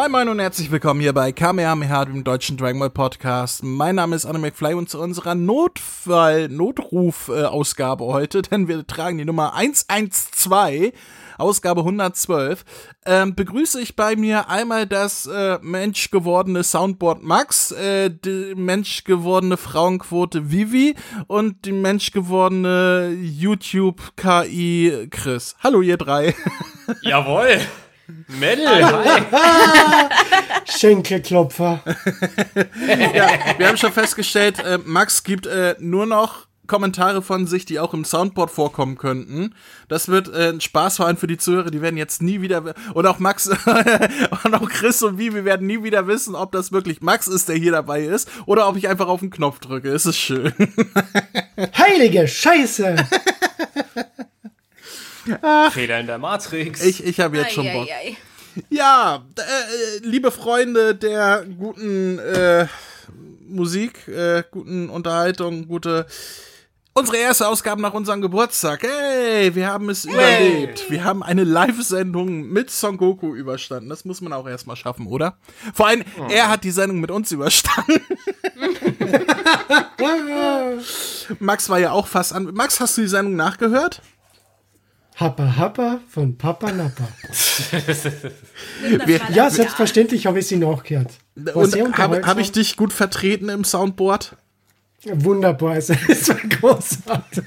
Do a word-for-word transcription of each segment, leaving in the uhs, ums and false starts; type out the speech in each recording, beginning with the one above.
Moin Moin und herzlich willkommen hier bei Kamehameha, dem deutschen Dragon Ball Podcast. Mein Name ist Anne McFly und zu unserer Notfall-Notruf-Ausgabe heute, denn wir tragen die Nummer hundertzwölf, Ausgabe hundertzwölf, ähm, begrüße ich bei mir einmal das äh, menschgewordene Soundboard Max, äh, die menschgewordene Frauenquote Vivi und die menschgewordene YouTube-K I Chris. Hallo ihr drei. Jawohl. Mädel, hi. Schenkelklopfer. Ja, wir haben schon festgestellt, äh, Max gibt äh, nur noch Kommentare von sich, die auch im Soundboard vorkommen könnten. Das wird äh, ein Spaß vor allem für die Zuhörer, die werden jetzt nie wieder, und auch Max und auch Chris und Vivi werden nie wieder wissen, ob das wirklich Max ist, der hier dabei ist, oder ob ich einfach auf den Knopf drücke. Es ist schön. Heilige Scheiße! Ach, Fehler in der Matrix. Ich, ich habe jetzt ai, schon Bock. Ai, ai. Ja, äh, liebe Freunde der guten äh, Musik, äh, guten Unterhaltung, gute... Unsere erste Ausgabe nach unserem Geburtstag. Hey, wir haben es hey. überlebt. Wir haben eine Live-Sendung mit Son Goku überstanden. Das muss man auch erstmal schaffen, oder? Vor allem, oh. er hat die Sendung mit uns überstanden. Max war ja auch fast an... Max, hast du die Sendung nachgehört? Happa Happa von Papa Nappa. wir, ja, selbstverständlich habe ich sie nachgehört. Und habe hab ich dich gut vertreten im Soundboard? Wunderbar, es war großartig.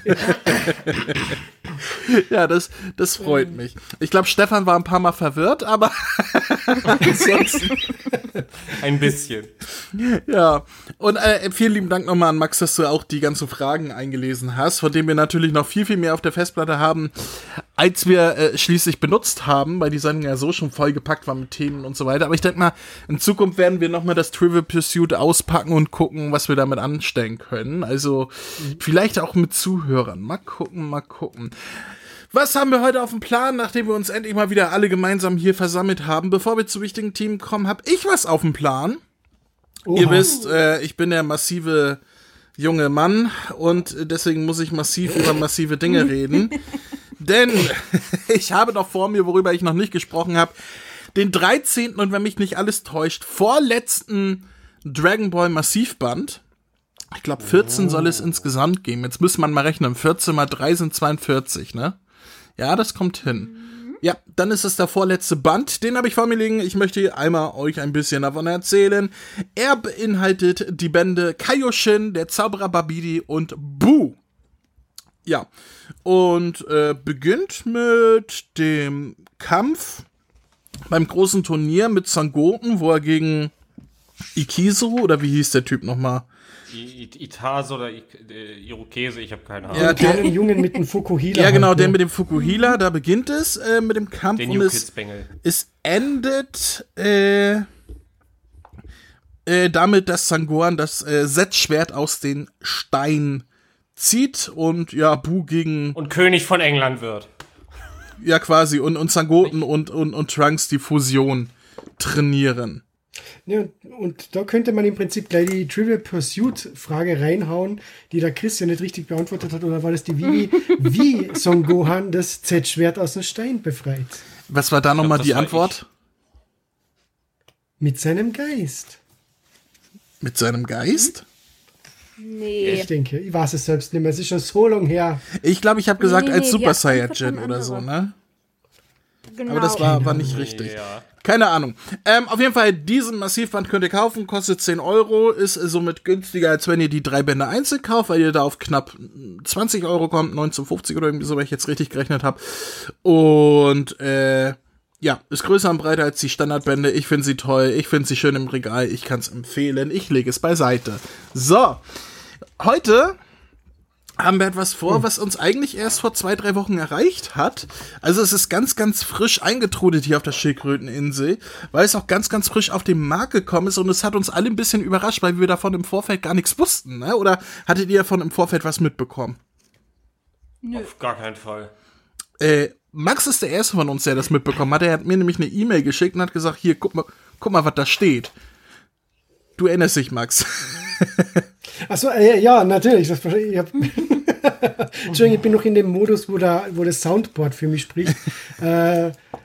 Ja, das, das freut mich. Ich glaube, Stefan war ein paar Mal verwirrt, aber ansonsten ein bisschen. Ja, und äh, vielen lieben Dank nochmal an Max, dass du auch die ganzen Fragen eingelesen hast, von denen wir natürlich noch viel, viel mehr auf der Festplatte haben, als wir äh, schließlich benutzt haben, weil die Sendung ja so schon vollgepackt war mit Themen und so weiter. Aber ich denke mal, in Zukunft werden wir nochmal das Trivial Pursuit auspacken und gucken, was wir damit anstellen können. Also mhm. vielleicht auch mit Zuhörern. Mal gucken, mal gucken. Was haben wir heute auf dem Plan, nachdem wir uns endlich mal wieder alle gemeinsam hier versammelt haben? Bevor wir zu wichtigen Themen kommen, habe ich was auf dem Plan. Oha. Ihr wisst, äh, ich bin der massive junge Mann und deswegen muss ich massiv über massive Dinge reden. Denn ich habe noch vor mir, worüber ich noch nicht gesprochen habe, den dreizehnten und wenn mich nicht alles täuscht, vorletzten Dragon Ball Massivband. Ich glaube, vierzehn oh. soll es insgesamt geben. Jetzt müsste man mal rechnen. vierzehn mal drei sind zweiundvierzig, ne? Ja, das kommt hin. Ja, dann ist es der vorletzte Band. Den habe ich vor mir liegen. Ich möchte einmal euch ein bisschen davon erzählen. Er beinhaltet die Bände Kaioshin, der Zauberer Babidi und Buu. Ja, und äh, beginnt mit dem Kampf beim großen Turnier mit Son Goten, wo er gegen Ikizu, oder wie hieß der Typ nochmal? Itazo oder I- äh, Irokese, ich habe keine Ahnung. Ja, der kleine Jungen mit dem Fukuhila. Ja, genau, halt, der mit dem Fukuhila, da beginnt es äh, mit dem Kampf. Den und New es, Kids Bengel. es endet äh, äh, damit, dass Sangohan das äh, Setzschwert aus den Steinen zieht und ja, Buu gegen... Und König von England wird. Ja, quasi, und, und Sangoten und, und, und Trunks die Fusion trainieren. Ja, und da könnte man im Prinzip gleich die Trivial Pursuit-Frage reinhauen, die der Chris ja nicht richtig beantwortet hat, oder war das die Vivi, wie Son Gohan das Z-Schwert aus dem Stein befreit? Was war da nochmal die Antwort? Ich. Mit seinem Geist. Mit seinem Geist? Nee. Ich denke, ich weiß es selbst nicht mehr, es ist schon so lange her. Ich glaube, ich habe gesagt, nee, als nee, Super Saiyajin oder so, ne? Genau. Aber das war, war nicht richtig. Ja. Keine Ahnung. Ähm, auf jeden Fall, diesen Massivband könnt ihr kaufen, kostet zehn Euro, ist somit günstiger, als wenn ihr die drei Bände einzeln kauft, weil ihr da auf knapp zwanzig Euro kommt, neunzehn fünfzig oder irgendwie so, weil ich jetzt richtig gerechnet habe. Und, äh, ja, ist größer und breiter als die Standardbände. Ich finde sie toll, ich finde sie schön im Regal, ich kann es empfehlen, ich lege es beiseite. So, heute haben wir etwas vor, was uns eigentlich erst vor zwei, drei Wochen erreicht hat. Also es ist ganz, ganz frisch eingetrudelt hier auf der Schildkröteninsel, weil es auch ganz, ganz frisch auf den Markt gekommen ist und es hat uns alle ein bisschen überrascht, weil wir davon im Vorfeld gar nichts wussten, ne? Oder hattet ihr davon im Vorfeld was mitbekommen? Nö. Auf gar keinen Fall. Äh, Max ist der Erste von uns, der das mitbekommen hat. Er hat mir nämlich eine E-Mail geschickt und hat gesagt, hier, guck mal, guck mal, was da steht. Du erinnerst dich, Max. Achso, äh, ja, natürlich. Das, ich, hab, Entschuldigung, ich bin noch in dem Modus, wo, da, wo das Soundboard für mich spricht. äh,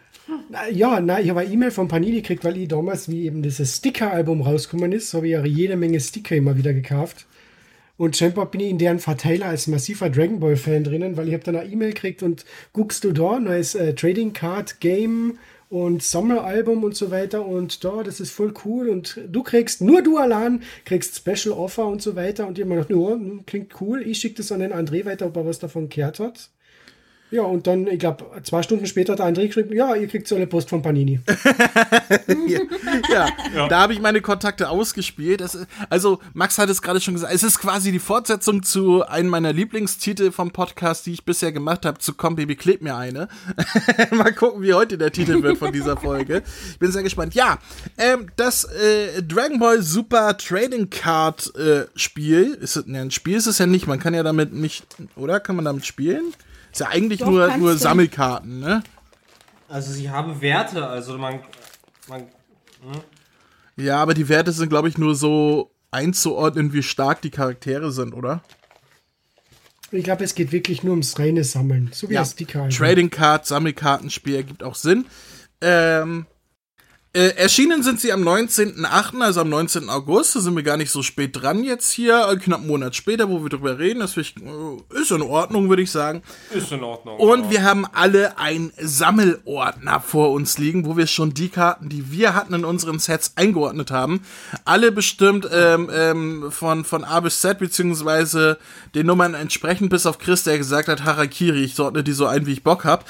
Ja, nein, ich habe eine E-Mail von Panini gekriegt, weil ich damals, wie eben dieses Sticker-Album rausgekommen ist, habe ich ja jede Menge Sticker immer wieder gekauft. Und scheinbar bin ich in deren Verteiler als massiver Dragon Ball Fan drinnen, weil ich habe dann eine E-Mail gekriegt und guckst du da, neues äh, Trading Card Game und Sommeralbum und so weiter und da, das ist voll cool und du kriegst, nur du allein, kriegst Special Offer und so weiter und ich habe mir gedacht, ja, klingt cool, ich schicke das an den André weiter, ob er was davon gehört hat. Ja, und dann, ich glaube, zwei Stunden später hat der André geschrieben, ja, ihr kriegt so eine Post von Panini. ja, ja. ja, da habe ich meine Kontakte ausgespielt. Das, also, Max hat es gerade schon gesagt, es ist quasi die Fortsetzung zu einem meiner Lieblingstitel vom Podcast, die ich bisher gemacht habe, zu Komm, Baby, kleb mir eine. Mal gucken, wie heute der Titel wird von dieser Folge. Ich bin sehr gespannt. Ja, ähm, das äh, Dragon Ball Super Trading Card äh, Spiel, ist es, ne, ein Spiel ist es ja nicht, man kann ja damit nicht, oder? Kann man damit spielen? Ist ja eigentlich Doch, nur, nur Sammelkarten, ne? Also sie haben Werte, also man... man hm? Ja, aber die Werte sind, glaube ich, nur so einzuordnen, wie stark die Charaktere sind, oder? Ich glaube, es geht wirklich nur ums reine Sammeln. So wie ja. das Sticker. Also. Trading Card, Sammelkartenspiel ergibt auch Sinn. Ähm... Äh, erschienen sind sie am neunzehnten achten, also am neunzehnten August. Da sind wir gar nicht so spät dran jetzt hier. Knapp einen Monat später, wo wir drüber reden. Das ich, äh, ist in Ordnung, würde ich sagen. Ist in Ordnung. Und ja. wir haben alle einen Sammelordner vor uns liegen, wo wir schon die Karten, die wir hatten in unseren Sets eingeordnet haben. Alle bestimmt ähm, ähm, von, von A bis Z, beziehungsweise den Nummern entsprechend, bis auf Chris, der gesagt hat, Harakiri, ich ordne die so ein, wie ich Bock hab.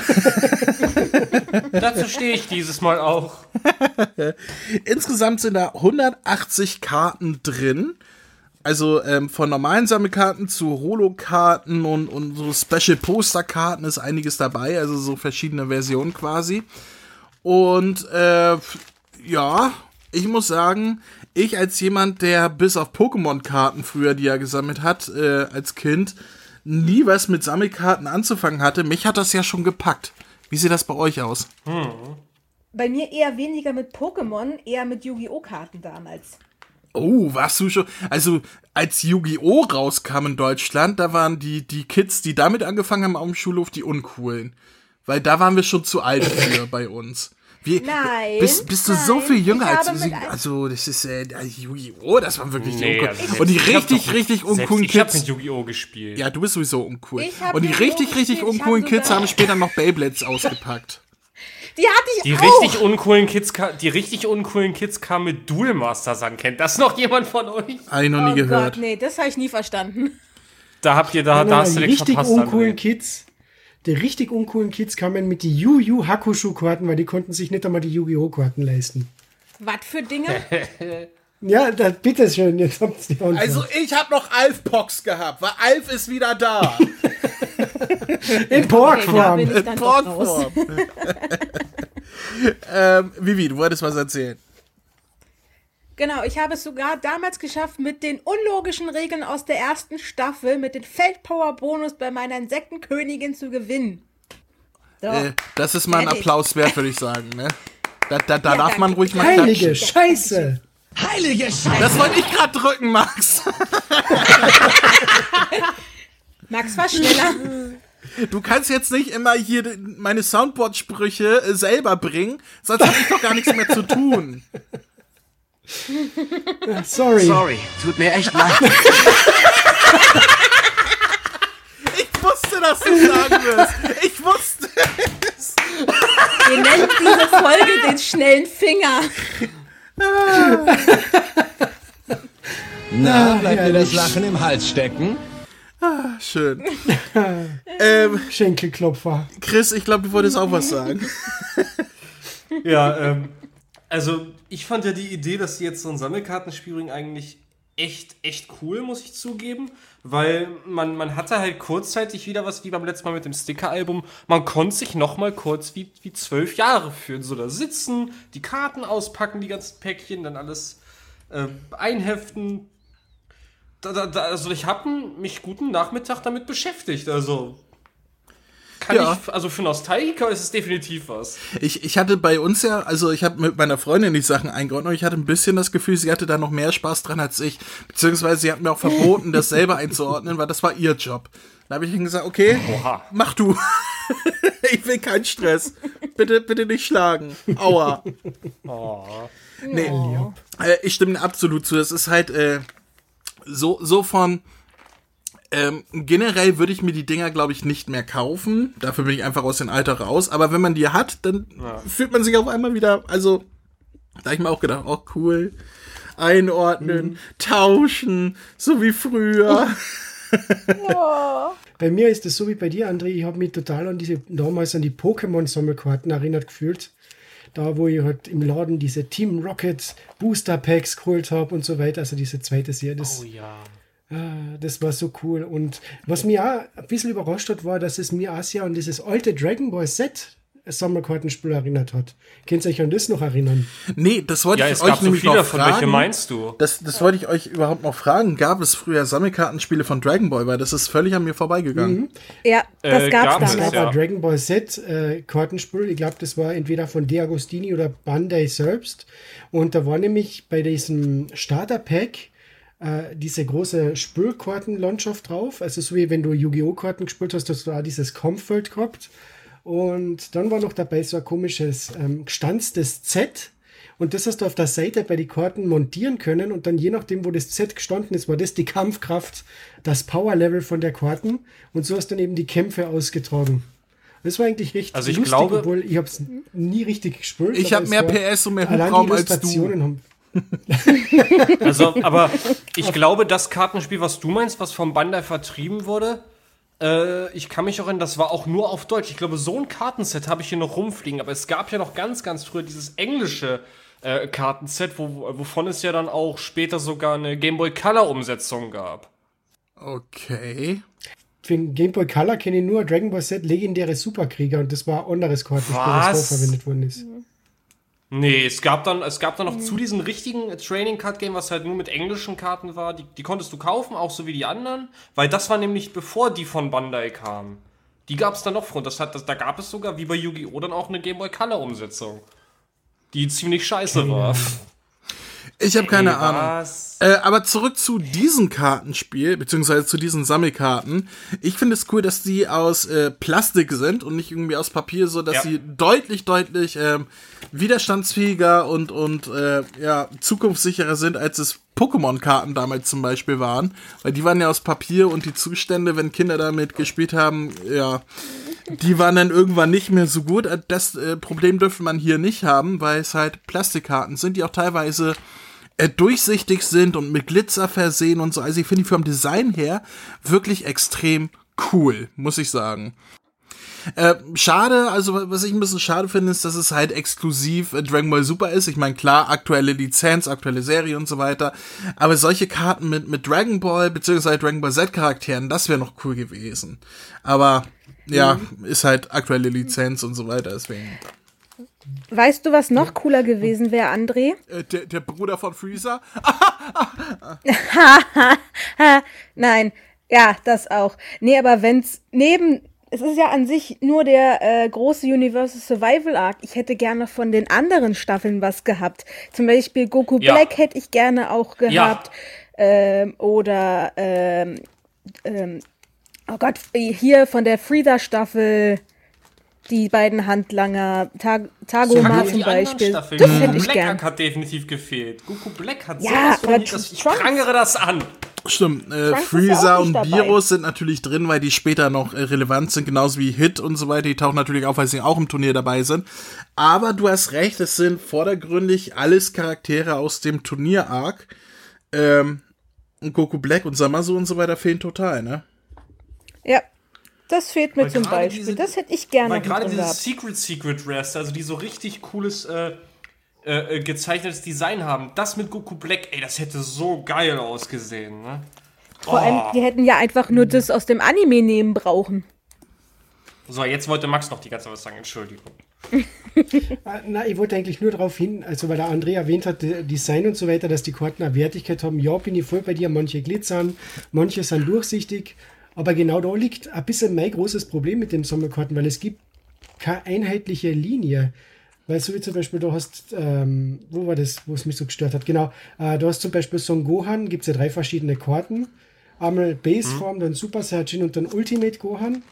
Dazu stehe ich dieses Mal auch. Insgesamt sind da hundertachtzig Karten drin. Also ähm, von normalen Sammelkarten zu Holo-Karten und, und so Special-Poster-Karten ist einiges dabei. Also so verschiedene Versionen quasi. Und äh, ja, ich muss sagen, ich als jemand, der bis auf Pokémon-Karten früher, die er gesammelt hat, äh, als Kind, nie was mit Sammelkarten anzufangen hatte, mich hat das ja schon gepackt. Wie sieht das bei euch aus? Hm. Bei mir eher weniger mit Pokémon, eher mit Yu-Gi-Oh! Karten damals. Oh, warst du schon? Also, als Yu-Gi-Oh! Rauskam in Deutschland, da waren die, die Kids, die damit angefangen haben auf dem Schulhof, die uncoolen. Weil da waren wir schon zu alt für bei uns. Wie, nein. Bist, bist du nein, so viel jünger als sie? Also, das ist äh, Yu-Gi-Oh! Das war wirklich nee, uncool. Also und die ich richtig, richtig uncoolen ich Kids. Ich hab mit Yu-Gi-Oh! gespielt. Ja, du bist sowieso uncool. Und die richtig, Yu-Gi-Oh! richtig gespielt. uncoolen Kids sogar- haben später noch Beyblades ausgepackt. Die hatte ich Die auch. richtig uncoolen Kids, ka- die richtig uncoolen Kids kamen mit Duel Masters an. Kennt das noch jemand von euch? Hab ich noch nie Oh gehört. Gott, nee, das habe ich nie verstanden. Da habt ihr, da, Nein, da nein, hast du die nichts richtig verpasst. uncoolen André. Kids, die richtig uncoolen Kids kamen mit die Yu Yu Hakusho Karten, weil die konnten sich nicht einmal die Yu-Gi-Oh! Karten leisten. Was für Dinge? Ja, da, bitteschön, jetzt habt ihr die Antwort. Also, ich hab noch Alf-Pox gehabt, weil Alf ist wieder da. in Da Porkform. bin ich dann doch raus. ähm, Vivi, du wolltest was erzählen. Genau, ich habe es sogar damals geschafft, mit den unlogischen Regeln aus der ersten Staffel, mit dem Feldpower-Bonus bei meiner Insektenkönigin zu gewinnen. So. Äh, das ist mal ein Fertig. Applaus wert, würde ich sagen. Ne? Da, da, da Ja, darf danke. man ruhig mal Heilige klatschen. Scheiße. Heilige Scheiße! Das wollte ich gerade drücken, Max. Max war schneller. Du kannst jetzt nicht immer hier de- meine Soundboard-Sprüche äh, selber bringen, sonst habe ich doch gar nichts mehr zu tun. Sorry. Sorry, tut mir echt leid. Ich wusste, dass du sagen wirst. Ich wusste es. Wir nennen diese Folge den schnellen Finger. Na, bleibt mir das Lachen im Hals stecken? Schön. ähm, Schenkelklopfer. Chris, ich glaube, du wolltest auch was sagen. Ja, ähm, also ich fand ja die Idee, dass sie jetzt so ein Sammelkartenspiel bringen, eigentlich echt, echt cool, muss ich zugeben. Weil man, man hatte halt kurzzeitig wieder was wie beim letzten Mal mit dem Sticker-Album. Man konnte sich noch mal kurz wie, wie zwölf Jahre führen. So da sitzen, die Karten auspacken, die ganzen Päckchen, dann alles äh, einheften. Da, da, da, also ich habe mich guten Nachmittag damit beschäftigt. Also kann Ja. ich, also für Nostalgiker ist es definitiv was. Ich, ich hatte bei uns ja, also ich habe mit meiner Freundin die Sachen eingeordnet und ich hatte ein bisschen das Gefühl, sie hatte da noch mehr Spaß dran als ich. Beziehungsweise sie hat mir auch verboten, das selber einzuordnen, weil das war ihr Job. Da habe ich ihnen gesagt, okay, Oha. mach du. Ich will keinen Stress. bitte, bitte nicht schlagen. Aua. Oh. Nee, äh, ich stimme absolut zu. Es ist halt äh, so, so von ähm, generell würde ich mir die Dinger, glaube ich, nicht mehr kaufen. Dafür bin ich einfach aus dem Alter raus. Aber wenn man die hat, dann ja. fühlt man sich auf einmal wieder, also da habe ich mir auch gedacht, oh cool, einordnen, mhm. tauschen, so wie früher. Oh. Bei mir ist es so wie bei dir, André. Ich habe mich total an diese, damals an die Pokémon-Sammelkarten erinnert gefühlt. Da, wo ich halt im Laden diese Team Rocket Booster Packs geholt habe und so weiter. Also diese zweite Serie. Das, oh ja. Ah, das war so cool. Und was mich auch ein bisschen überrascht hat, war, dass es mir auch sehr an dieses alte Dragon Ball Z Sammelkartenspiel erinnert hat. Könnt ihr euch an das noch erinnern? Nee, das wollte ja, ich es euch gab nämlich so viele noch davon. fragen. Welche meinst du? Das, das wollte ich euch überhaupt noch fragen. Gab es früher Sammelkartenspiele von Dragon Ball? Weil das ist völlig an mir vorbeigegangen. Mhm. Ja, das äh, gab's gab's damals. damals. Das war ja. Dragon Ball Z äh, Kartenspiel. Ich glaube, das war entweder von De Agostini oder Bandai selbst. Und da war nämlich bei diesem Starter-Pack äh, diese große Spülkartenlandschaft drauf. Also so wie wenn du Yu-Gi-Oh! Karten gespielt hast, hast du auch dieses Kampffeld gehabt. Und dann war noch dabei so ein komisches ähm, gestanztes Z. Und das hast du auf der Seite bei den Karten montieren können. Und dann je nachdem, wo das Z gestanden ist, war das die Kampfkraft, das Power-Level von der Karten. Und so hast du dann eben die Kämpfe ausgetragen. Das war eigentlich recht also ich lustig, glaube, obwohl ich habe es nie richtig gespielt. Ich habe mehr P S und mehr Hubraum als du. Haben also, aber ich glaube, das Kartenspiel, was du meinst, was vom Bandai vertrieben wurde, Äh, ich kann mich auch erinnern, das war auch nur auf Deutsch. Ich glaube, so ein Kartenset habe ich hier noch rumfliegen. Aber es gab ja noch ganz, ganz früher dieses englische äh, Kartenset, wo, wovon es ja dann auch später sogar eine Game Boy Color Umsetzung gab. Okay. Für den Game Boy Color kenne ich nur Dragon Ball Z Legendäre Superkrieger und das war ein anderes Kartenspiel, Was? das vorverwendet worden ist. Nee, es gab dann, es gab dann noch mhm. zu diesem richtigen Trading Card Game, was halt nur mit englischen Karten war, die, die konntest du kaufen, auch so wie die anderen, weil das war nämlich bevor die von Bandai kamen. Die gab es dann noch vor. Das hat, das, da gab es sogar, wie bei Yu-Gi-Oh! Dann auch eine Game Boy Color Umsetzung, die ziemlich scheiße okay. war. Ich habe keine Ey, Ahnung. Äh, aber zurück zu diesem Kartenspiel, beziehungsweise zu diesen Sammelkarten. Ich finde es cool, dass die aus äh, Plastik sind und nicht irgendwie aus Papier, so dass ja. sie deutlich, deutlich ähm, widerstandsfähiger und, und äh, ja, zukunftssicherer sind, als es Pokémon-Karten damals zum Beispiel waren. Weil die waren ja aus Papier und die Zustände, wenn Kinder damit gespielt haben, ja, die waren dann irgendwann nicht mehr so gut. Das äh, Problem dürfte man hier nicht haben, weil es halt Plastikkarten sind, die auch teilweise äh, durchsichtig sind und mit Glitzer versehen und so. Also ich finde die vom Design her wirklich extrem cool, muss ich sagen. Äh, schade, also was ich ein bisschen schade finde, ist, dass es halt exklusiv äh, Dragon Ball Super ist. Ich meine, klar, aktuelle Lizenz, aktuelle Serie und so weiter. Aber solche Karten mit, mit Dragon Ball beziehungsweise Dragon Ball Z Charakteren, das wäre noch cool gewesen. Aber ja, mhm. ist halt aktuelle Lizenz und so weiter, deswegen. Weißt du, was noch cooler gewesen wäre, André? Äh, der, der Bruder von Freezer? Nein, ja, das auch. Nee, aber wenn's neben, es ist ja an sich nur der äh, große Universal Survival Arc. Ich hätte gerne von den anderen Staffeln was gehabt. Zum Beispiel Goku ja. Black hätte ich gerne auch gehabt. Ja. Ähm, oder, ähm, ähm, oh Gott, hier von der Freezer-Staffel, die beiden Handlanger, Tag, Tagoma so, zum Beispiel. Das hätte ich gern. Black hat definitiv gefehlt. Goku Black hat ja, sowas von nicht, dass ich prangere das an. Stimmt, äh, Freezer und Beerus sind natürlich drin, weil die später noch äh, relevant sind, genauso wie Hit und so weiter. Die tauchen natürlich auf, weil sie auch im Turnier dabei sind. Aber du hast recht, es sind vordergründig alles Charaktere aus dem Turnier-Arc. Ähm, und Goku Black und Zamasu und so weiter fehlen total, ne? Ja, das fehlt mir weil zum Beispiel. Diese, das hätte ich gerne. Weil gerade dieses Secret Secret Rest, also die so richtig cooles äh, äh, gezeichnetes Design haben, das mit Goku Black, ey, das hätte so geil ausgesehen, ne? Vor oh. allem, die hätten ja einfach nur das aus dem Anime nehmen brauchen. So, jetzt wollte Max noch die ganze Zeit was sagen, Entschuldigung. Na, ich wollte eigentlich nur darauf hin, also weil der André erwähnt hat, Design und so weiter, dass die Karten eine Wertigkeit haben. Ja, bin ich voll bei dir, manche glitzern, manche sind durchsichtig. Aber genau da liegt ein bisschen mein großes Problem mit den Sammelkarten, weil es gibt keine einheitliche Linie. Weil so wie zum Beispiel, du hast, ähm, wo war das, wo es mich so gestört hat? Genau, äh, du hast zum Beispiel Son Gohan, gibt es ja drei verschiedene Karten. Einmal Baseform, mhm. dann Super Saiyajin und dann Ultimate Gohan.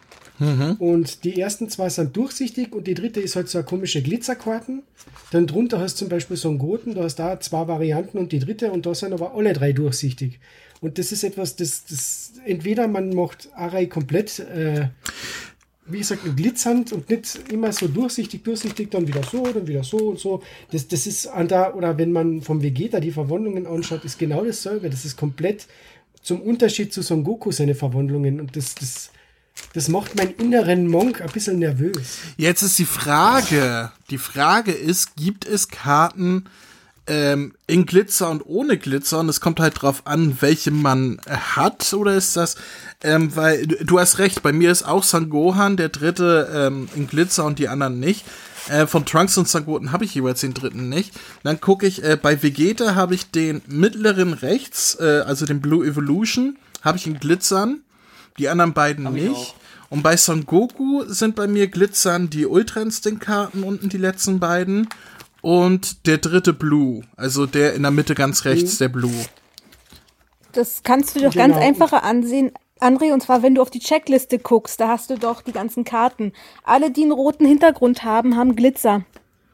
Mhm. Und die ersten zwei sind durchsichtig und die dritte ist halt so eine komische Glitzerkarten. Dann drunter hast du zum Beispiel so einen Goten, da hast du da zwei Varianten und die dritte und da sind aber alle drei durchsichtig. Und das ist etwas, das, das entweder man macht Arai komplett, äh, wie gesagt, glitzernd und nicht immer so durchsichtig, durchsichtig, dann wieder so, dann wieder so und so. Das, das ist an da, oder wenn man vom Vegeta die Verwandlungen anschaut, ist genau dasselbe. Das ist komplett zum Unterschied zu Son Goku seine Verwandlungen und das, das, das macht meinen inneren Monk ein bisschen nervös. Jetzt ist die Frage, die Frage ist, gibt es Karten ähm, in Glitzer und ohne Glitzer? Und es kommt halt drauf an, welche man hat, oder ist das, ähm, weil du, du hast recht, bei mir ist auch Son Gohan, der dritte ähm, in Glitzer und die anderen nicht. Äh, von Trunks und Son Goten habe ich jeweils den dritten nicht. Dann gucke ich, äh, bei Vegeta habe ich den mittleren rechts, äh, also den Blue Evolution, habe ich in Glitzern, die anderen beiden Hab ich nicht. auch. Und bei Son Goku sind bei mir Glitzern die Ultra Instinct-Karten unten, die letzten beiden. Und der dritte Blue, also der in der Mitte ganz rechts, mhm. der Blue. Das kannst du doch Genau. ganz einfacher ansehen, André, und zwar, wenn du auf die Checkliste guckst, da hast du doch die ganzen Karten. Alle, die einen roten Hintergrund haben, haben Glitzer.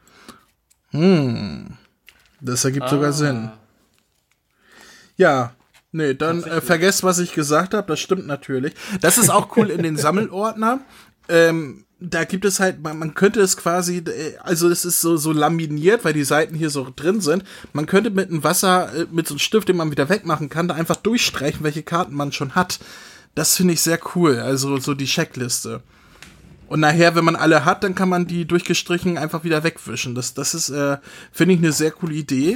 Hm, das ergibt Ah. sogar Sinn. Ja, nee, dann äh, vergesst, was ich gesagt habe, das stimmt natürlich. Das ist auch cool in den Sammelordner. Ähm, da gibt es halt, man, man könnte es quasi, äh, also es ist so, so laminiert, weil die Seiten hier so drin sind. Man könnte mit einem Wasser, äh, mit so einem Stift, den man wieder wegmachen kann, da einfach durchstreichen, welche Karten man schon hat. Das finde ich sehr cool, also so die Checkliste. Und nachher, wenn man alle hat, dann kann man die durchgestrichen einfach wieder wegwischen. Das, das ist, äh, finde ich, eine sehr coole Idee.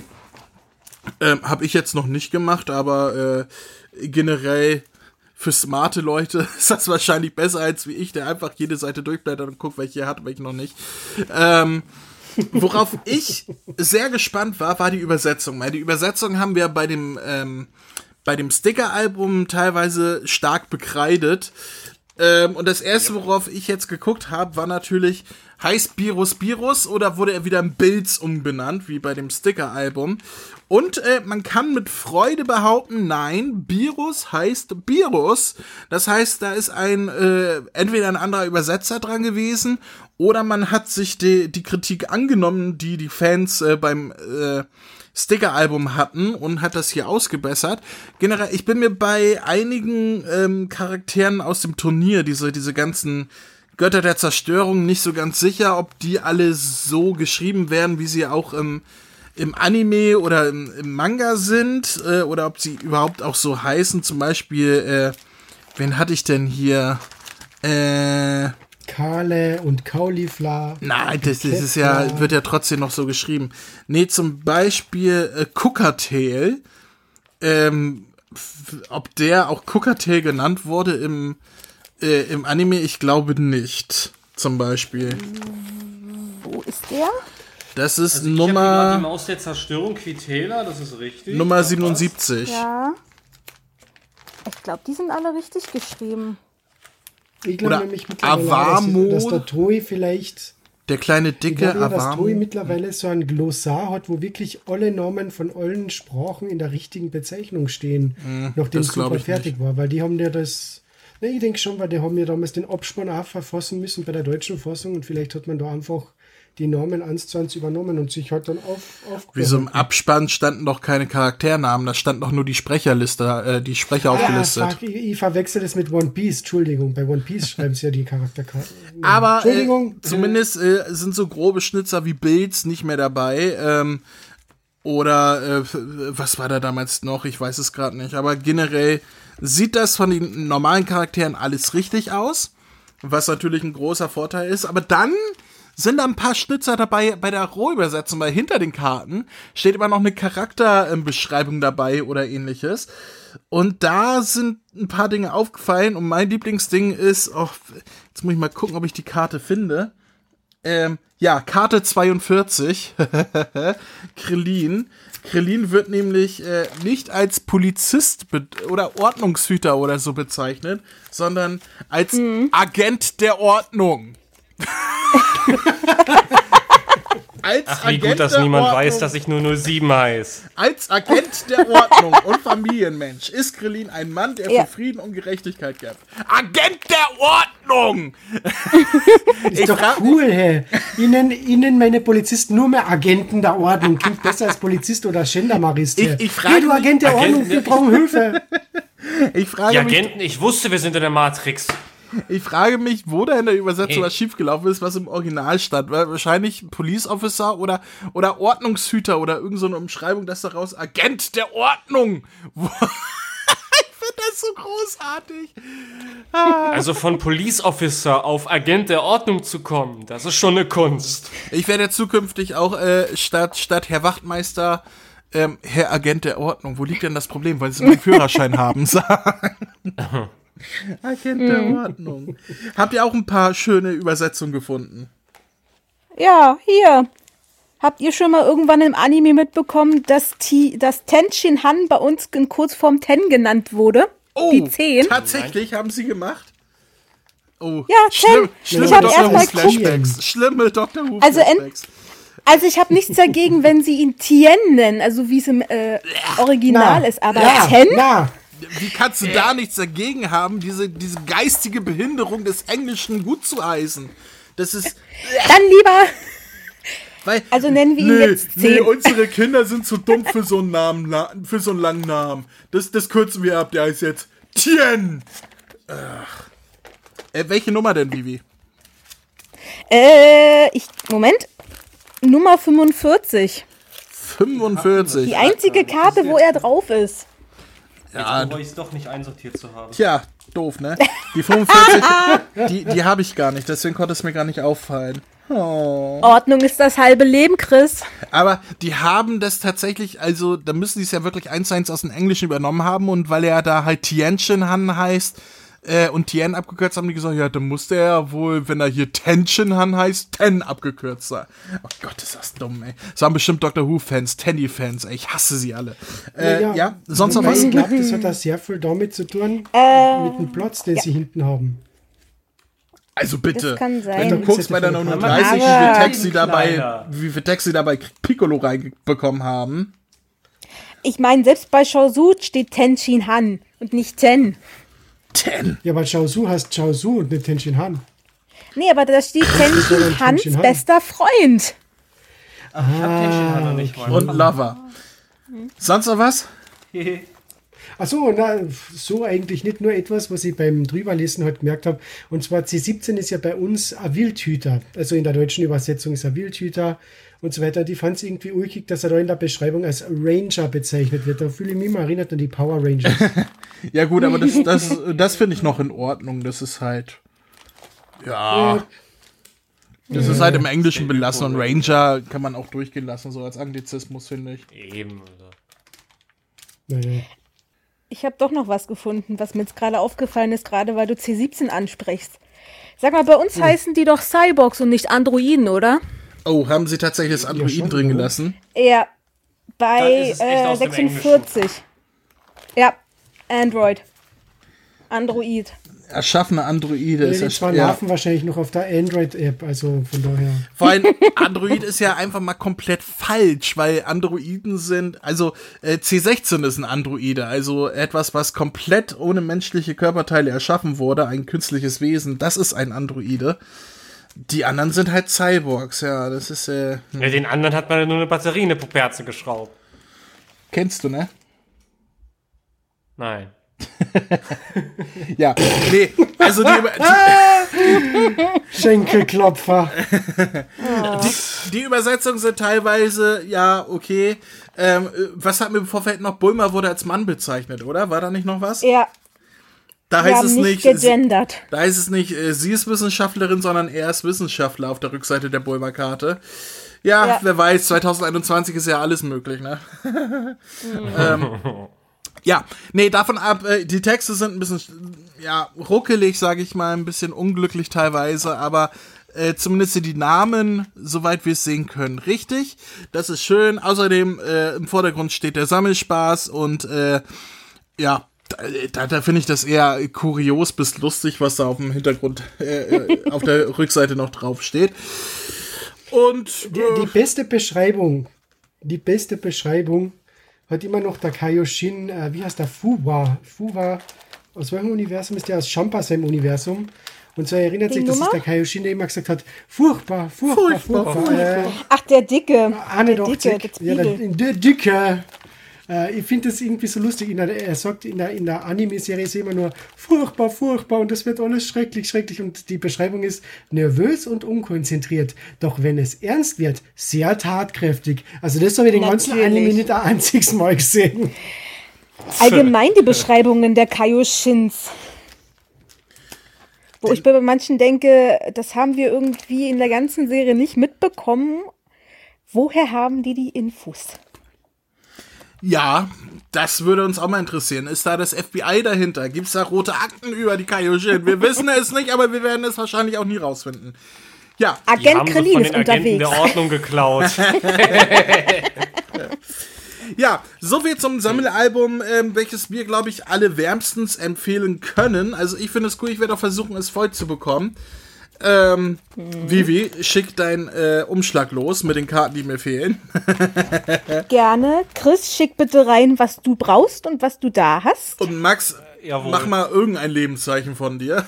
Ähm, habe ich jetzt noch nicht gemacht, aber äh, generell für smarte Leute ist das wahrscheinlich besser als wie ich, der einfach jede Seite durchblättert und guckt, welche er hat und welche noch nicht. Ähm, worauf ich sehr gespannt war, war die Übersetzung. Weil die Übersetzung haben wir bei dem ähm, bei dem Sticker-Album teilweise stark bekreidet. Ähm, und das erste, worauf ich jetzt geguckt habe, war natürlich, heißt Beerus Beerus oder wurde er wieder in Bills umbenannt, wie bei dem Sticker-Album? Und äh, man kann mit Freude behaupten, nein, Beerus heißt Beerus. Das heißt, da ist ein äh, entweder ein anderer Übersetzer dran gewesen oder man hat sich die, die Kritik angenommen, die die Fans äh, beim äh, Sticker-Album hatten und hat das hier ausgebessert. Generell, ich bin mir bei einigen ähm, Charakteren aus dem Turnier, diese, diese ganzen Götter der Zerstörung, nicht so ganz sicher, ob die alle so geschrieben werden, wie sie auch im, im Anime oder im, im Manga sind, äh, oder ob sie überhaupt auch so heißen. Zum Beispiel, äh, wen hatte ich denn hier? Äh... Kale und Caulifla. Nein, das, das ist ja, wird ja trotzdem noch so geschrieben. Nee, zum Beispiel äh, Cookertail. Ähm, f- ob der auch Cookertail genannt wurde im, äh, im Anime, ich glaube nicht. Zum Beispiel. Wo ist der? Das ist Also ich hab Nummer, gerade die Maus der Zerstörung, Quitela, das ist richtig. Nummer Das siebenundsiebzig. Ja. Ich glaube, die sind alle richtig geschrieben. Ich glaube Oder nämlich mittlerweile, Avamo. dass, dass der Toei vielleicht, Der kleine ich dicke glaube ja, dass Toei Avamo. mittlerweile so ein Glossar hat, wo wirklich alle Namen von allen Sprachen in der richtigen Bezeichnung stehen, nachdem das es glaub super ich fertig war, weil die haben ja das, ne, ich denke schon, weil die haben ja damals den Abspann auch verfassen müssen bei der deutschen Fassung und vielleicht hat man da einfach die Namen eins zu eins übernommen und sich halt dann auf, auf Wie so im Abspann standen doch keine Charakternamen, da stand doch nur die Sprecherliste, äh, die Sprecher Ah, aufgelistet. fuck, ich, ich verwechsel das mit One Piece, Entschuldigung, bei One Piece schreiben sie ja die Charakterkarten. Aber Entschuldigung. äh, zumindest äh, sind so grobe Schnitzer wie Bills nicht mehr dabei. Ähm, oder äh, was war da damals noch? Ich weiß es gerade nicht. Aber generell sieht das von den normalen Charakteren alles richtig aus. Was natürlich ein großer Vorteil ist. Aber dann sind da ein paar Schnitzer dabei bei der Rohübersetzung, weil hinter den Karten steht immer noch eine Charakterbeschreibung dabei oder ähnliches. Und da sind ein paar Dinge aufgefallen und mein Lieblingsding ist, oh, jetzt muss ich mal gucken, ob ich die Karte finde. Ähm, ja, Karte zweiundvierzig, Krillin. Krillin wird nämlich äh, nicht als Polizist be- oder Ordnungshüter oder so bezeichnet, sondern als mhm. Agent der Ordnung. Als Ach, wie Agent gut, dass der niemand Ordnung, weiß, dass ich nur null sieben heiße. Als Agent der Ordnung und Familienmensch ist Krillin ein Mann, der Ja. für Frieden und Gerechtigkeit kämpft. Agent der Ordnung! Ist Ich doch frag cool, hä? Ihnen, Ihnen meine Polizisten nur mehr Agenten der Ordnung. Klingt besser als Polizist oder Gendarmerist. Ich- hä? ich frag hey, du mich- Agent der Agenten- Ordnung, wir brauchen Hilfe. Ich frage, Die mich, Agenten, ich wusste, wir sind in der Matrix. ich frage mich, wo da in der Übersetzung Hey. was schiefgelaufen ist, was im Original stand. Weil wahrscheinlich Police Officer oder, oder Ordnungshüter oder irgend so eine Umschreibung, dass daraus Agent der Ordnung. Wo- Ich finde das so großartig. Also von Police Officer auf Agent der Ordnung zu kommen, das ist schon eine Kunst. Ich werde zukünftig auch äh, statt, statt Herr Wachtmeister ähm, Herr Agent der Ordnung. Wo liegt denn das Problem? Weil sie meinen Führerschein haben, sagen. Agent der Ordnung. Habt ihr auch ein paar schöne Übersetzungen gefunden? Ja, hier. Habt ihr schon mal irgendwann im Anime mitbekommen, dass, T dass Tenshin Han bei uns in Kurzform Ten genannt wurde? Oh, Die zehn. tatsächlich haben sie gemacht? Oh, Ja, schlimm, Ten. schlimme Ich hab Doctor erst Who mal Flashbacks. Schlimme Doctor Who Also en- Flashbacks. Also ich habe nichts dagegen, wenn sie ihn Tien nennen, also wie es im äh, Original Na, ist, aber ja, Ten? na, Wie kannst du da nichts dagegen haben, diese, diese geistige Behinderung des Englischen gut zu heißen? Das ist... Dann lieber, Weil, also nennen wir ihn nee, jetzt nee, Zehn. unsere Kinder sind zu dumm für so einen Namen, na- für so einen langen Namen. Das, das kürzen wir ab, der heißt jetzt Tien. Ach. Äh, welche Nummer denn, Vivi? äh, ich, Moment, Nummer fünfundvierzig. fünfundvierzig. Die einzige Karte, wo er drauf ist. Ja, bereue ich es doch nicht einsortiert zu haben. tja, doof, ne? Die fünfundvierzig, die, die habe ich gar nicht, deswegen konnte es mir gar nicht auffallen. Oh. Ordnung ist das halbe Leben, Chris. Aber die haben das tatsächlich, also da müssen die es ja wirklich eins zu eins aus dem Englischen übernommen haben und weil er da halt Tienshin Han heißt äh, und Tien abgekürzt, haben die gesagt, ja, dann muss der ja wohl, wenn er hier Tenshin Han heißt, Ten abgekürzt sein. Oh Gott, ist das dumm, ey. Das waren bestimmt Doctor Who-Fans, Tenny-Fans, ey, ich hasse sie alle. Äh, ja, ja, sonst noch wobei was? Ich glaube, das hat da sehr viel damit zu tun, mit dem Platz, den sie hinten haben. Also bitte, Das kann sein. wenn du guckst bei der Aber- neununddreißig, wie viel Aber- Text sie dabei, Kleiner. wie viel Text sie dabei Piccolo reinbekommen haben. Ich meine, selbst bei Shaozu steht Tenshin Han und nicht Ten. Ten. Ja, aber Chaozu heißt Chaozu und nicht Tenshin Han. Nee, aber da steht Tenshin denn Hans Tenshin Han? bester Freund. Ich hab den schon noch nicht mal. Und Lover. Sonst noch was? Achso, na, so eigentlich nicht nur etwas, was ich beim Drüberlesen halt gemerkt habe. Und zwar C siebzehn ist ja bei uns ein Wildhüter. Also in der deutschen Übersetzung ist er Wildhüter und so weiter. Die fand es irgendwie ulkig, dass er da in der Beschreibung als Ranger bezeichnet wird. Da fühle ich mich immer erinnert an die Power Rangers. Ja gut, aber das, das, das finde ich noch in Ordnung. Das ist halt, ja, das ist halt im Englischen belassen und Ranger kann man auch durchgehen lassen, so als Anglizismus, finde ich. Eben, oder? Naja. Ich habe doch noch was gefunden, was mir jetzt gerade aufgefallen ist, gerade weil du C siebzehn ansprichst. Sag mal, bei uns heißen die doch Cyborgs und nicht Androiden, oder? Oh, haben sie tatsächlich das Androiden schon, drin oder? gelassen? Ja, Dann bei ist es echt äh, aus dem sechsundvierzig. Ja, Android. Android. Erschaffene Androide. Ja, Ist die ja, zwei ja. laufen wahrscheinlich noch auf der Android-App, also von daher. Vor allem, Android ist ja einfach mal komplett falsch, weil Androiden sind, also äh, C sechzehn ist ein Androide, also etwas, was komplett ohne menschliche Körperteile erschaffen wurde, ein künstliches Wesen, das ist ein Androide. Die anderen sind halt Cyborgs, ja, das ist, äh, Ja, den anderen hat man ja nur eine Batterie in eine Puperze geschraubt. kennst du, ne? Nein. Ja, nee, also die, die, Schenkelklopfer. die, die Übersetzungen sind teilweise, ja, okay. Ähm, was hat mir im Vorfeld noch, Bulma wurde als Mann bezeichnet, oder? War da nicht noch was? Ja, Da wir heißt haben es nicht nicht, sie, gegendert. da heißt es nicht, äh, sie ist Wissenschaftlerin, sondern er ist Wissenschaftler auf der Rückseite der Bulma-Karte. Ja, Ja. wer weiß, zwanzig einundzwanzig ist ja alles möglich, ne? ähm, ja, nee, davon ab, äh, die Texte sind ein bisschen, ja, ruckelig, sage ich mal, ein bisschen unglücklich teilweise, aber äh, zumindest sind die Namen, soweit wir es sehen können, richtig. Das ist schön. Außerdem, äh, im Vordergrund steht der Sammelspaß und, äh, ja, da, da finde ich das eher kurios bis lustig, was da auf dem Hintergrund, äh, auf der Rückseite noch drauf steht. Und Die, äh, die beste Beschreibung, die beste Beschreibung hat immer noch der Kaioshin, äh, wie heißt der, Fuwa, Fuwa, aus welchem Universum ist der? Aus Shampasem-Universum. Und so erinnert Die sich, dass es Nummer? der Kaioshin, der immer gesagt hat, furchtbar, furchtbar, Furchtbar, furchtbar. Äh, Ach, der Dicke. Arne der doch, Dicke, der ja, der, Zwiebel. der Dicke. Äh, ich finde das irgendwie so lustig. In der, er sagt, in der, in der Anime-Serie ist immer nur furchtbar, furchtbar und das wird alles schrecklich, schrecklich. Und die Beschreibung ist nervös und unkonzentriert. Doch wenn es ernst wird, sehr tatkräftig. Also das habe ich den ganzen Natürlich. Anime nicht ein einziges Mal gesehen. Allgemein die Beschreibungen der Kaioshins. Wo ich bei manchen denke, das haben wir irgendwie in der ganzen Serie nicht mitbekommen. Woher haben die die Infos? ja, das würde uns auch mal interessieren. Ist da das F B I dahinter? Gibt es da rote Akten über die Kaioshin? Wir wissen es nicht, aber wir werden es wahrscheinlich auch nie rausfinden. Ja, Die Agent haben sie Krillin von ist den Agenten unterwegs. der Ordnung geklaut. ja, soviel zum Sammelalbum, ähm, welches wir, glaube ich, alle wärmstens empfehlen können. Also ich finde es cool, ich werde auch versuchen, es voll zu bekommen. Ähm, Mhm. Vivi, schick deinen äh, Umschlag los mit den Karten, die mir fehlen. Gerne. Chris, schick bitte rein, was du brauchst und was du da hast. Und Max, Jawohl. mach mal irgendein Lebenszeichen von dir.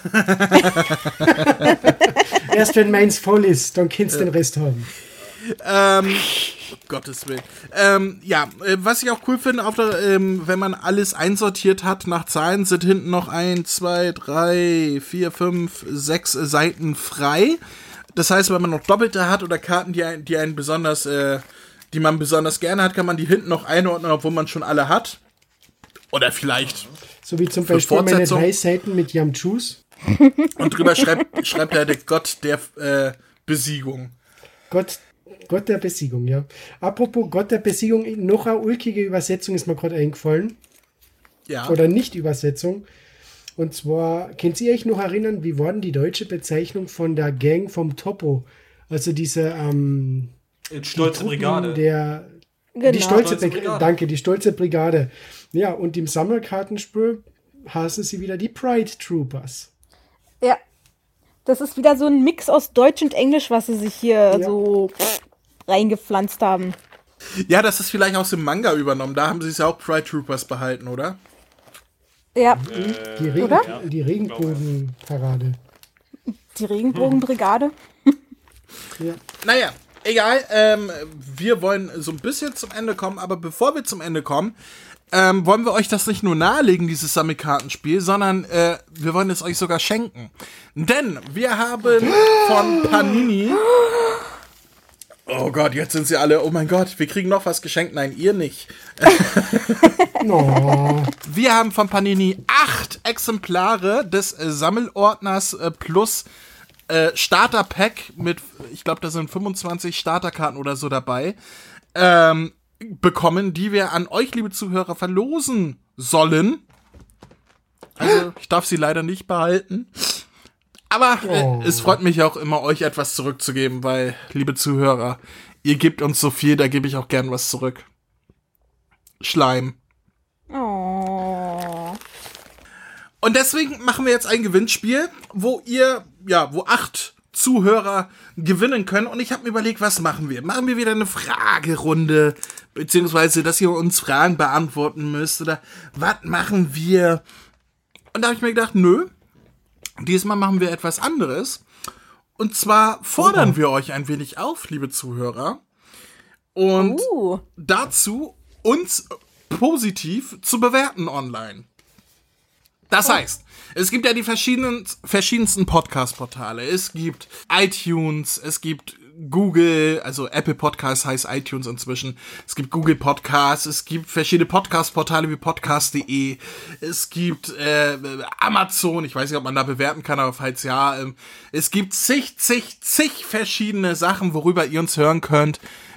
Erst wenn meins voll ist, dann kannst du den Rest haben. ähm, um Gottes Willen. Ähm, ja, äh, was ich auch cool finde, auf der, ähm, wenn man alles einsortiert hat nach Zahlen, sind hinten noch ein, zwei, drei, vier, fünf, sechs Seiten frei. Das heißt, wenn man noch Doppelte hat oder Karten, die, ein, die einen besonders, äh, die man besonders gerne hat, kann man die hinten noch einordnen, obwohl man schon alle hat. Oder vielleicht. So wie zum Für Beispiel meine Fortsetzung. drei Seiten mit Yamchus. Und drüber schreibt, schreibt er der Gott der äh, Besiegung. Gott, Gott der Besiegung, ja. Apropos Gott der Besiegung, noch eine ulkige Übersetzung ist mir gerade eingefallen. Ja. Oder Nicht-Übersetzung. Und zwar, könnt ihr euch noch erinnern, wie war denn die deutsche Bezeichnung von der Gang vom Topo? Also diese, ähm, Stolze Truppen Brigade. Der, Genau. Die stolze, Stolze Brigade. Brigade. Danke, die stolze Brigade. Ja, und im Sammelkartenspiel heißen sie wieder die Pride Troopers. Ja. Das ist wieder so ein Mix aus Deutsch und Englisch, was sie sich hier Ja. so reingepflanzt haben. Ja, das ist vielleicht aus dem Manga übernommen. Da haben sie es ja auch Pride Troopers behalten, oder? Ja, Die, Regen, Oder? die Regenbogenparade. die Regenbogenbrigade. Ja. Naja, egal. Ähm, wir wollen so ein bisschen zum Ende kommen, aber bevor wir zum Ende kommen, ähm, wollen wir euch das nicht nur nahelegen, dieses Sammelkartenspiel, sondern äh, wir wollen es euch sogar schenken. Denn wir haben von Panini... Oh Gott, jetzt sind sie alle, oh mein Gott, wir kriegen noch was geschenkt. Nein, ihr nicht. No. Wir haben von Panini acht Exemplare des äh, Sammelordners äh, plus äh, Starter-Pack mit, ich glaube, da sind fünfundzwanzig Starterkarten oder so dabei, ähm, bekommen, die wir an euch, liebe Zuhörer, verlosen sollen. Also, ich darf sie leider nicht behalten. Aber äh, Oh. es freut mich auch immer, euch etwas zurückzugeben, weil, liebe Zuhörer, ihr gebt uns so viel, da gebe ich auch gern was zurück. Schleim. Oh. Und deswegen machen wir jetzt ein Gewinnspiel, wo ihr, ja, wo acht Zuhörer gewinnen können. Und ich habe mir überlegt, was machen wir? Machen wir wieder eine Fragerunde, beziehungsweise, dass ihr uns Fragen beantworten müsst, oder was machen wir? Und da habe ich mir gedacht, nö, diesmal machen wir etwas anderes. Und zwar fordern Oh. wir euch ein wenig auf, liebe Zuhörer. Und Uh. dazu uns positiv zu bewerten online. Das heißt, es gibt ja die verschiedenen, verschiedensten Podcast-Portale. Es gibt iTunes, es gibt Google, also Apple Podcasts heißt iTunes inzwischen. Es gibt Google Podcasts, es gibt verschiedene Podcast-Portale wie podcast punkt de. Es gibt äh, Amazon, ich weiß nicht, ob man da bewerten kann, aber falls ja. Ähm, es gibt zig, zig, zig verschiedene Sachen, worüber ihr uns hören könnt.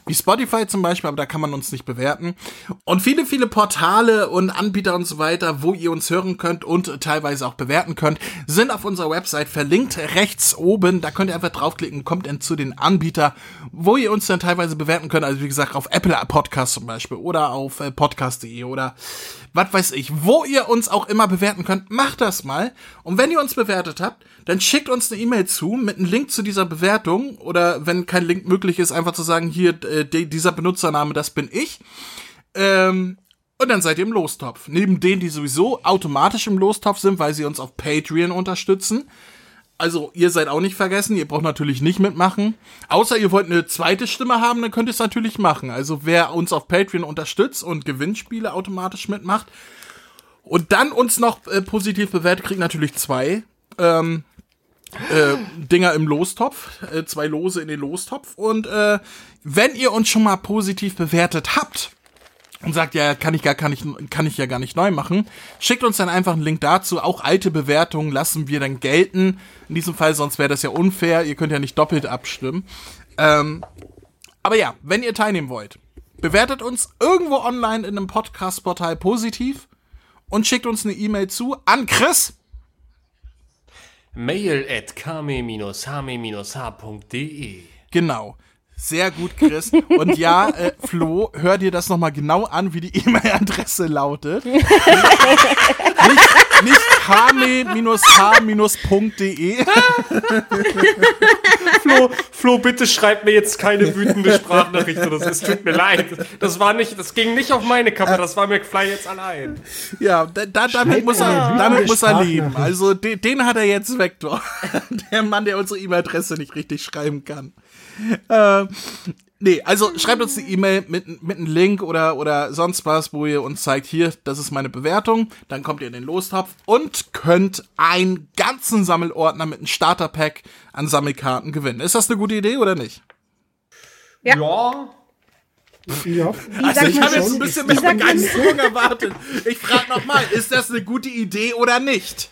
wie Spotify zum Beispiel, aber da kann man uns nicht bewerten. Und viele, viele Portale und Anbieter und so weiter, wo ihr uns hören könnt und teilweise auch bewerten könnt, sind auf unserer Website verlinkt, rechts oben. Da könnt ihr einfach draufklicken, kommt dann zu den Anbietern, wo ihr uns dann teilweise bewerten könnt. Also wie gesagt, auf Apple Podcast zum Beispiel oder auf äh, podcast punkt de oder was weiß ich, wo ihr uns auch immer bewerten könnt, macht das mal. Und wenn ihr uns bewertet habt, dann schickt uns eine E-Mail zu mit einem Link zu dieser Bewertung oder wenn kein Link möglich ist, einfach zu sagen, hier, äh, dieser Benutzername, das bin ich. Ähm, und dann seid ihr im Lostopf. Neben denen, die sowieso automatisch im Lostopf sind, weil sie uns auf Patreon unterstützen. Also, ihr seid auch nicht vergessen, ihr braucht natürlich nicht mitmachen. Außer ihr wollt eine zweite Stimme haben, dann könnt ihr es natürlich machen. Also, wer uns auf Patreon unterstützt und Gewinnspiele automatisch mitmacht und dann uns noch äh, positiv bewertet, kriegt natürlich zwei ähm, äh, Dinger im Lostopf, äh, zwei Lose in den Lostopf. Und äh, wenn ihr uns schon mal positiv bewertet habt, und sagt, ja, kann ich gar kann ich, kann ich ja gar nicht neu machen, schickt uns dann einfach einen Link dazu. Auch alte Bewertungen lassen wir dann gelten. In diesem Fall, sonst wäre das ja unfair. Ihr könnt ja nicht doppelt abstimmen. Ähm, aber ja, wenn ihr teilnehmen wollt, bewertet uns irgendwo online in einem Podcast-Portal positiv und schickt uns eine E-Mail zu an Chris. Mail at kame hame h punkt de. Genau. Sehr gut, Chris. Und ja, äh, Flo, hör dir das nochmal genau an, wie die E-Mail-Adresse lautet. nicht nicht kame h punkt de. Flo, Flo, bitte schreib mir jetzt keine wütende Sprachnachricht oder so. Es tut mir leid. Das war nicht, das ging nicht auf meine Kappe, das war mir Fly jetzt allein. Ja, da, da, damit, muss er, damit muss er leben. Also den, den hat er jetzt weg, doch. Der Mann, der unsere E-Mail-Adresse nicht richtig schreiben kann. Äh, nee, also schreibt uns eine E-Mail mit, mit einem Link oder, oder sonst was, wo ihr uns zeigt, hier, das ist meine Bewertung. Dann kommt ihr in den Lostopf und könnt einen ganzen Sammelordner mit einem Starterpack an Sammelkarten gewinnen. Ist das eine gute Idee oder nicht? Ja. Ja. Ja. Also ich habe jetzt schon? ein bisschen mehr Begeisterung erwartet. Ich frage nochmal, ist das eine gute Idee oder nicht?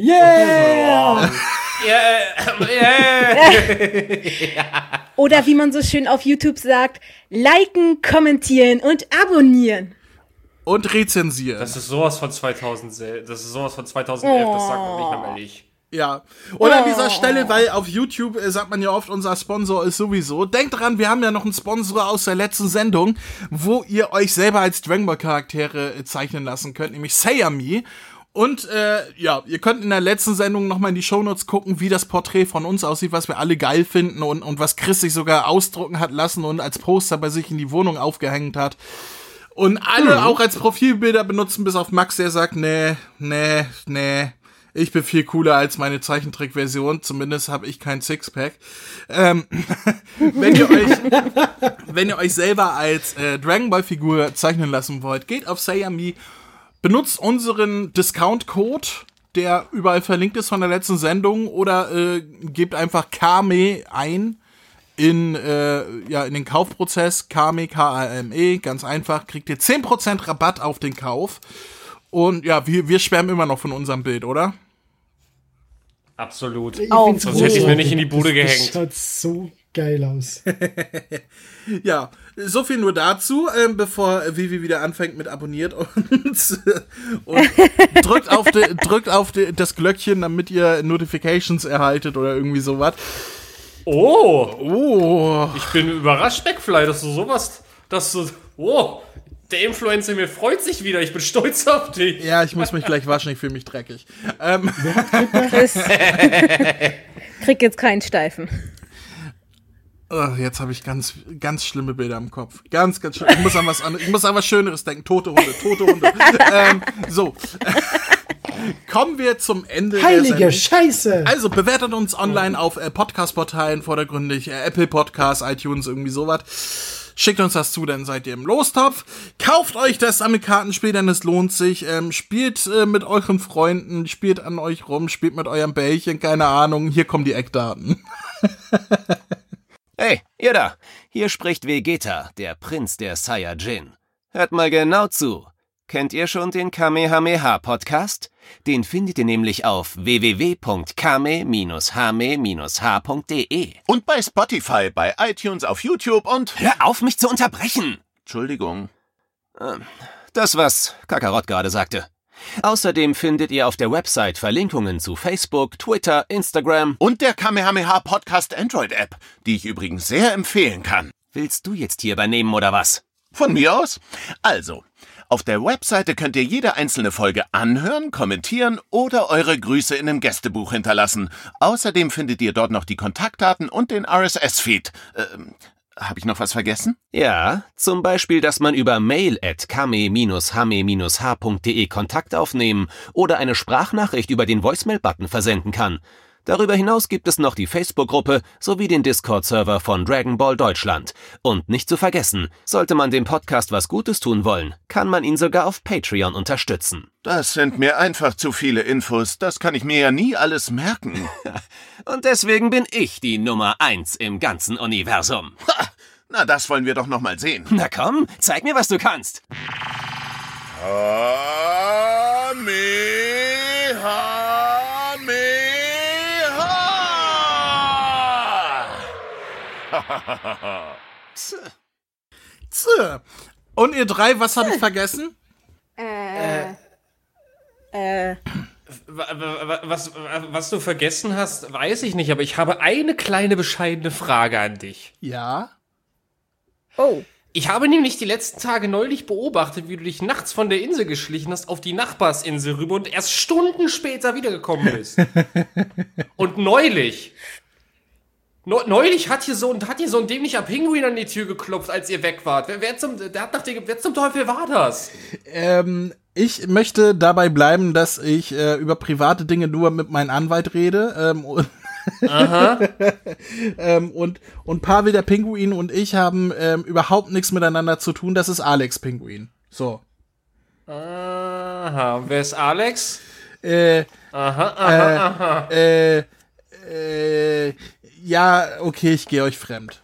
Yeah! Yeah, yeah. Oder wie man so schön auf YouTube sagt, liken, kommentieren und abonnieren. Und rezensieren. Das ist sowas von zweitausendelf, das ist sowas von zweitausendelf, das sagt man nicht mehr ehrlich. Ja. Und an dieser Stelle, weil auf YouTube äh, sagt man ja oft, unser Sponsor ist sowieso. Denkt dran, wir haben ja noch einen Sponsor aus der letzten Sendung, wo ihr euch selber als Dragon Ball Charaktere äh, zeichnen lassen könnt, nämlich Sayami. Und äh, ja, ihr könnt in der letzten Sendung nochmal in die Shownotes gucken, wie das Porträt von uns aussieht, was wir alle geil finden und, und was Chris sich sogar ausdrucken hat lassen und als Poster bei sich in die Wohnung aufgehängt hat. Und alle mhm. auch als Profilbilder benutzen, bis auf Max, der sagt, nee, nee, nee, ich bin viel cooler als meine Zeichentrickversion, zumindest habe ich kein Sixpack. Ähm, wenn ihr euch wenn ihr euch selber als äh, Dragon Ball Figur zeichnen lassen wollt, geht auf Sayami. Benutzt unseren Discount-Code, der überall verlinkt ist von der letzten Sendung, oder äh, gebt einfach Kame ein in, äh, ja, in den Kaufprozess. Kame, K A M E, ganz einfach. Kriegt ihr zehn Prozent Rabatt auf den Kauf. Und ja, wir, wir schwärmen immer noch von unserem Bild, oder? Absolut. Ich Oh. find's Sonst hätte ich mir nicht in die Bude das, gehängt. Das schaut so geil aus. Ja, so viel nur dazu, ähm, bevor Vivi wieder anfängt mit abonniert und, und drückt auf, de, drückt auf de, das Glöckchen, damit ihr Notifications erhaltet oder irgendwie sowas. Oh, Oh, ich bin überrascht, McFly, dass du sowas, dass du, oh, der Influencer mir freut sich wieder, ich bin stolz auf dich. ja, ich muss mich gleich waschen, ich fühle mich dreckig. Ähm, Chris kriegt jetzt keinen Steifen. oh, jetzt habe ich ganz, ganz schlimme Bilder im Kopf. Ganz, ganz schlimm. Ich muss an was, an, ich muss an was Schöneres denken. Tote Hunde, tote Hunde. ähm, so. Kommen wir zum Ende Heilige der Sendung. Scheiße! Also, bewertet uns online auf äh, Podcast-Portalen, vordergründig äh, Apple Podcasts, iTunes, irgendwie sowas. Schickt uns das zu, dann seid ihr im Lostopf. Kauft euch das Sammelkartenspiel, denn es lohnt sich. Ähm, spielt äh, mit euren Freunden, spielt an euch rum, spielt mit eurem Bällchen, keine Ahnung. Hier kommen die Eckdaten. Hey, ihr da! Hier spricht Vegeta, der Prinz der Saiyajin. Hört mal genau zu. Kennt ihr schon den Kamehameha-Podcast? Den findet ihr nämlich auf w w w punkt kame hame h punkt d e. Und bei Spotify, bei iTunes, auf YouTube und... Hör auf, mich zu unterbrechen! Entschuldigung. Das, was Kakarott gerade sagte. Außerdem findet ihr auf der Website Verlinkungen zu Facebook, Twitter, Instagram und der Kamehameha Podcast Android App, die ich übrigens sehr empfehlen kann. Willst du jetzt hier übernehmen oder was? Von mir aus? Also, auf der Webseite könnt ihr jede einzelne Folge anhören, kommentieren oder eure Grüße in einem Gästebuch hinterlassen. Außerdem findet ihr dort noch die Kontaktdaten und den R S S-Feed. Ähm, Habe ich noch was vergessen? Ja, zum Beispiel, dass man über mail at kame hame h punkt d e Kontakt aufnehmen oder eine Sprachnachricht über den Voicemail-Button versenden kann. Darüber hinaus gibt es noch die Facebook-Gruppe sowie den Discord-Server von Dragon Ball Deutschland. Und nicht zu vergessen, sollte man dem Podcast was Gutes tun wollen, kann man ihn sogar auf Patreon unterstützen. Das sind mir einfach zu viele Infos. Das kann ich mir ja nie alles merken. Und deswegen bin ich die Nummer eins im ganzen Universum. Ha! Na, das wollen wir doch noch mal sehen. Na komm, zeig mir, was du kannst. Kamehameha. Und ihr drei, was habe ich vergessen? Äh. Äh. Was, was du vergessen hast, weiß ich nicht, aber ich habe eine kleine bescheidene Frage an dich. Ja? Oh. Ich habe nämlich die letzten Tage neulich beobachtet, wie du dich nachts von der Insel geschlichen hast auf die Nachbarsinsel rüber und erst Stunden später wiedergekommen bist. Und neulich... Neulich hat hier so ein, hat hier so ein dämlicher Pinguin an die Tür geklopft, als ihr weg wart. Wer, wer, zum, der hat nach dir, wer zum Teufel war das? Ähm, ich möchte dabei bleiben, dass ich äh, über private Dinge nur mit meinem Anwalt rede. Ähm, und, Aha. ähm, und, und Pavel, der Pinguin, und ich haben ähm, überhaupt nichts miteinander zu tun. Das ist Alex Pinguin. So. Aha. Wer ist Alex? Äh, aha, aha, äh, aha. Äh, äh, ja, okay, ich gehe euch fremd.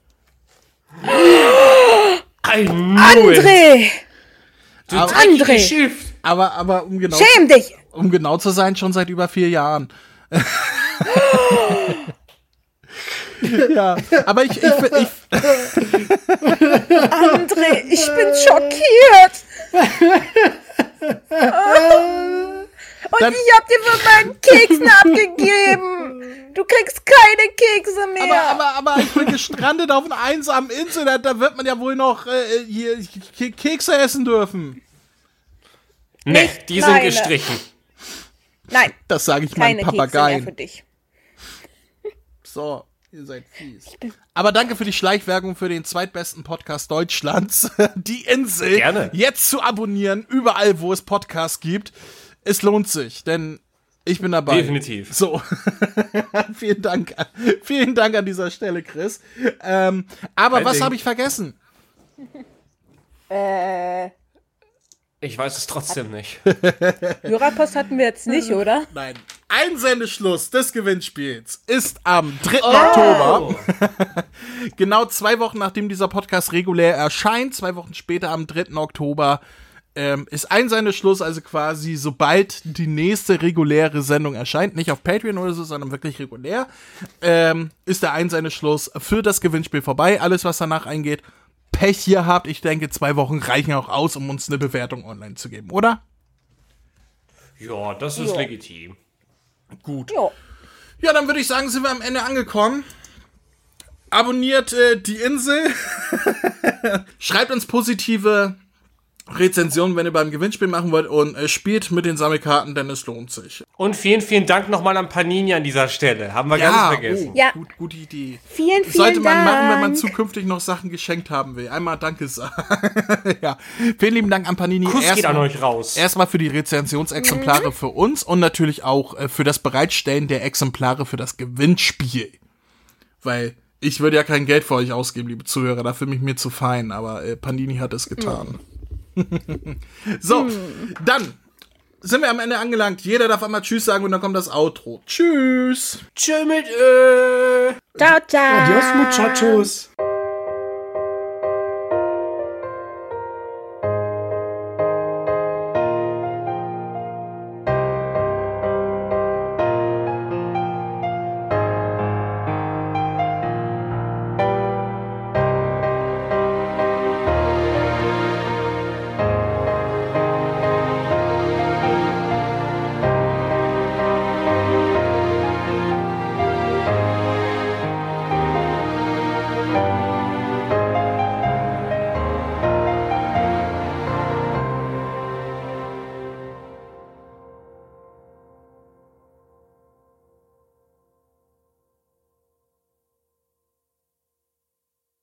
I knew André! it. Du Aber- André! Schiff. Aber, aber um genau, Schäm dich! um genau zu sein, schon seit über vier Jahren. Ja, aber ich, ich, ich, André, ich bin schockiert! Und Dann- ich hab dir von meinen Keksen abgegeben! Du kriegst keine Kekse mehr! aber, aber, aber ich bin gestrandet auf einer einsamen Insel, da, da wird man ja wohl noch äh, hier Ke- Kekse essen dürfen. Nee, Nicht die sind meine. gestrichen. Nein, Das sage ich meinem keine Kekse mehr für Papageien. dich. So, ihr seid fies. Aber danke für die Schleichwerbung für den zweitbesten Podcast Deutschlands. Die Insel Gerne. jetzt zu abonnieren, überall, wo es Podcasts gibt. Es lohnt sich, denn ich bin dabei. Definitiv. So, vielen Dank, vielen Dank an dieser Stelle, Chris. Ähm, aber Kein was Ding. habe ich vergessen? Äh, Ich weiß es trotzdem nicht. Hörerpost hatten wir jetzt nicht, oder? Nein. Einsendeschluss des Gewinnspiels ist am dritten Oh. Oktober. Genau zwei Wochen nachdem dieser Podcast regulär erscheint, zwei Wochen später am dritten Oktober, ähm, ist Einsendeschluss, also quasi sobald die nächste reguläre Sendung erscheint, nicht auf Patreon oder so, sondern wirklich regulär, ähm, ist der Einsendeschluss für das Gewinnspiel vorbei. Alles, was danach eingeht, Pech hier habt. Ich denke, zwei Wochen reichen auch aus, um uns eine Bewertung online zu geben, oder? Ja, das ist Ja. legitim. Gut. Jo. Ja, dann würde ich sagen, sind wir am Ende angekommen. Abonniert äh, die Insel. Schreibt uns positive Rezensionen, wenn ihr beim Gewinnspiel machen wollt. Und äh, spielt mit den Sammelkarten, denn es lohnt sich. Und vielen, vielen Dank nochmal an Panini an dieser Stelle. Haben wir ganz vergessen. oh, Ja. gut, gute Idee. Vielen, vielen Sollte man Dank. machen, wenn man zukünftig noch Sachen geschenkt haben will. Einmal Danke sagen. Ja. Vielen lieben Dank an Panini. Kuss geht an Erstmal- euch raus. Erstmal für die Rezensionsexemplare für uns und natürlich auch äh, für das Bereitstellen der Exemplare für das Gewinnspiel. Weil ich würde ja kein Geld für euch ausgeben, liebe Zuhörer, dafür bin ich mir zu fein, aber äh, Panini hat es getan. So, dann sind wir am Ende angelangt. Jeder darf einmal Tschüss sagen und dann kommt das Outro. Tschüss! Tschö mit Ö. Ciao, ciao. Adios, muchachos.